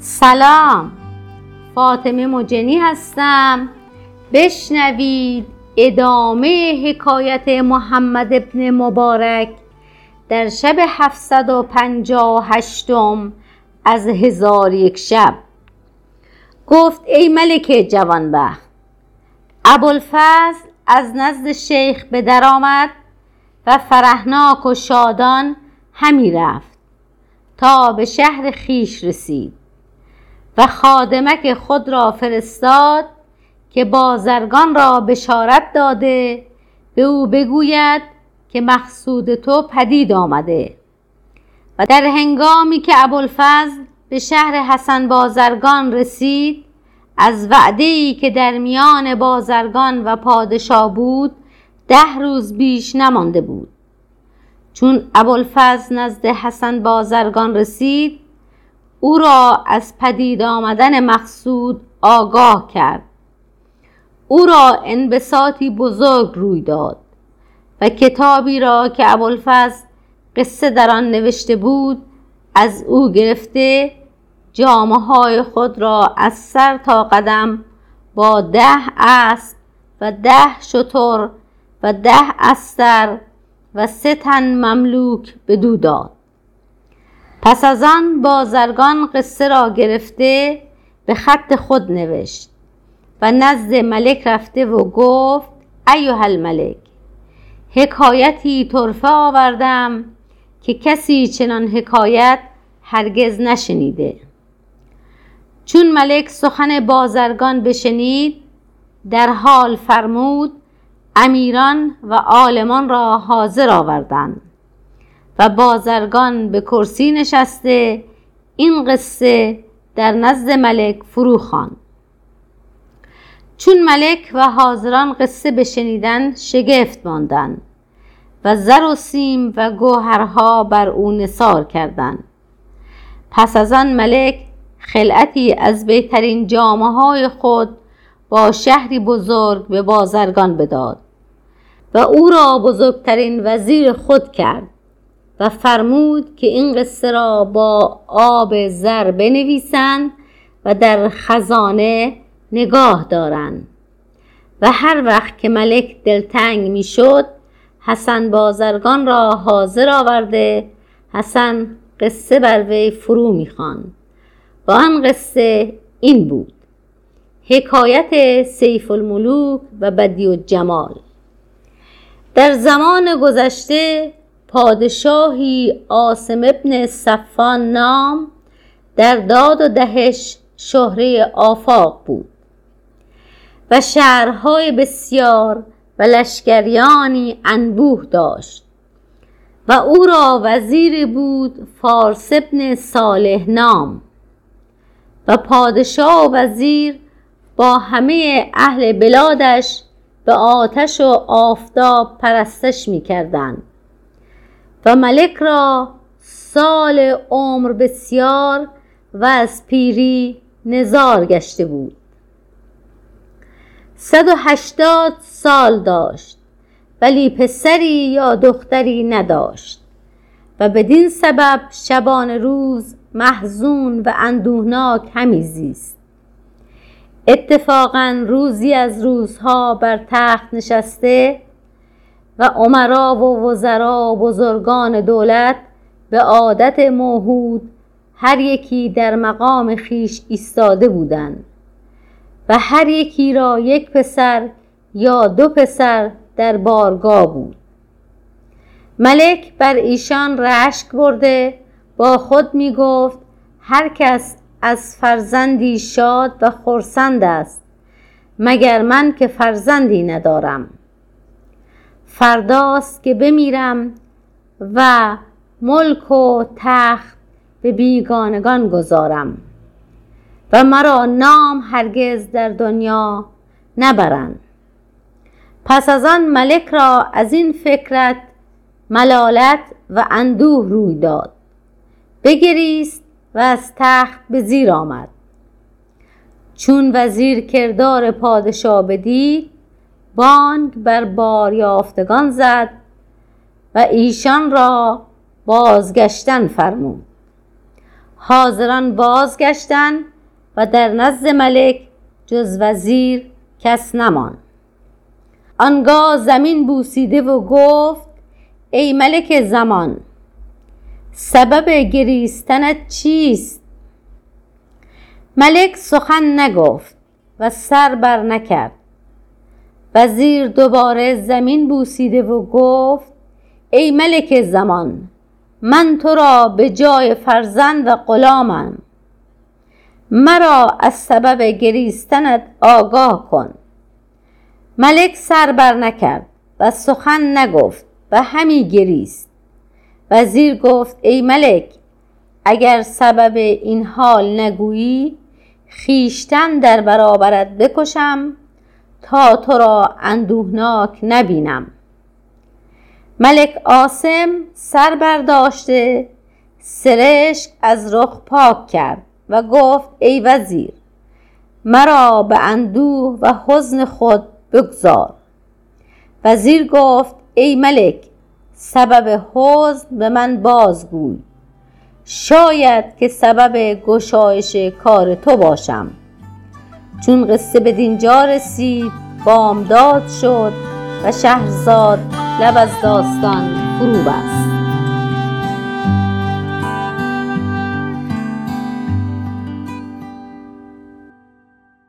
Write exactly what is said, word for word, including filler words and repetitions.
سلام، فاطمه مجنی هستم. بشنوید ادامه حکایت محمد ابن مبارک در شب هفتصد و پنجاه و هشتم از هزار یک شب. گفت ای ملک جوانبخت، ابوالفضل از نزد شیخ به در آمد و فرحناک و شادان همی رفت تا به شهر خویش رسید و خادمک خود را فرستاد که بازرگان را بشارت داده به او بگوید که مقصود تو پدید آمده. و در هنگامی که ابوالفضل به شهر حسن بازرگان رسید، از وعده‌ای که در میان بازرگان و پادشاه بود ده روز بیش نمانده بود. چون ابوالفضل نزد حسن بازرگان رسید، او را از پدید آمدن مقصود آگاه کرد. او را انبساطی بزرگ روی داد و کتابی را که ابوالفضل قصه در آن نوشته بود از او گرفته، جامه های خود را از سر تا قدم با ده اسب و ده شتر و ده استر و سه تن مملوک بدو داد. پس از آن بازرگان قصه را گرفته به خط خود نوشت و نزد ملک رفته و گفت ایها الملک، حکایتی طرفه آوردم که کسی چنان حکایت هرگز نشنیده. چون ملک سخن بازرگان بشنید، در حال فرمود امیران و عالمان را حاضر آوردند و بازرگان به کرسی نشسته این قصه در نزد ملک فرو خواند. چون ملک و حاضران قصه بشنیدند شگفت ماندند و زر و سیم و گوهرها بر او نثار کردند. پس از آن ملک خلعتی از بهترین جامه های خود با شهری بزرگ به بازرگان بداد و او را بزرگترین وزیر خود کرد و فرمود که این قصه را با آب زر بنویسند و در خزانه نگاه دارند. و هر وقت که ملک دلتنگ می شد حسن بازرگان را حاضر آورده حسن قصه بر وی فرو می خواند و آن قصه این بود: حکایت سیف الملوک و بدیع الجمال. در زمان گذشته پادشاهی عاصم ابن صفوان نام در داد و دهش شهره آفاق بود و شهرهای بسیار و لشکریانی انبوه داشت و او را وزیر بود فارس ابن صالح نام و پادشاه و وزیر با همه اهل بلادش به آتش و آفتاب پرستش می کردند و ملک را سال عمر بسیار و از پیری نزار گشته بود. صد و هشتاد سال داشت ولی پسری یا دختری نداشت و بدین سبب شبان روز محزون و اندوهناک همی زیست. اتفاقاً روزی از روزها بر تخت نشسته و امرا و وزرا و بزرگان دولت به عادت موعود هر یکی در مقام خیش ایستاده بودند و هر یکی را یک پسر یا دو پسر در بارگاه بود. ملک بر ایشان رشک برده با خود می گفت هر کس از فرزندی شاد و خرسند است مگر من که فرزندی ندارم. فرداست که بمیرم و ملک و تخت به بیگانگان گذارم و مرا نام هرگز در دنیا نبرند. پس از آن ملک را از این فکرت ملالت و اندوه روی داد، بگریست و از تخت به زیر آمد. چون وزیر کردار پادشاه بدید بانگ بر باریافتگان زد و ایشان را بازگشتن فرمود. حاضران بازگشتند و در نزد ملک جز وزیر کس نماند. آنگاه زمین بوسیده و گفت ای ملک زمان، سبب گریستنت چیست؟ ملک سخن نگفت و سر بر نکرد. وزیر دوباره زمین بوسیده و گفت ای ملک زمان، من تو را به جای فرزند و غلامم، مرا از سبب گریستنت آگاه کن. ملک سر بر نکرد و سخن نگفت و همی گریست. وزیر گفت ای ملک، اگر سبب این حال نگویی خیشتن در برابرت بکشم تا تو را اندوهناک نبینم. ملک عاصم سر برداشته سرشک از رخ پاک کرد و گفت ای وزیر، مرا به اندوه و حزن خود بگذار. وزیر گفت ای ملک، سبب حزن به من بازگوی، شاید که سبب گشایش کار تو باشم. چون قصه به دینجا رسید بامداد شد و شهرزاد لب از داستان فرو بست.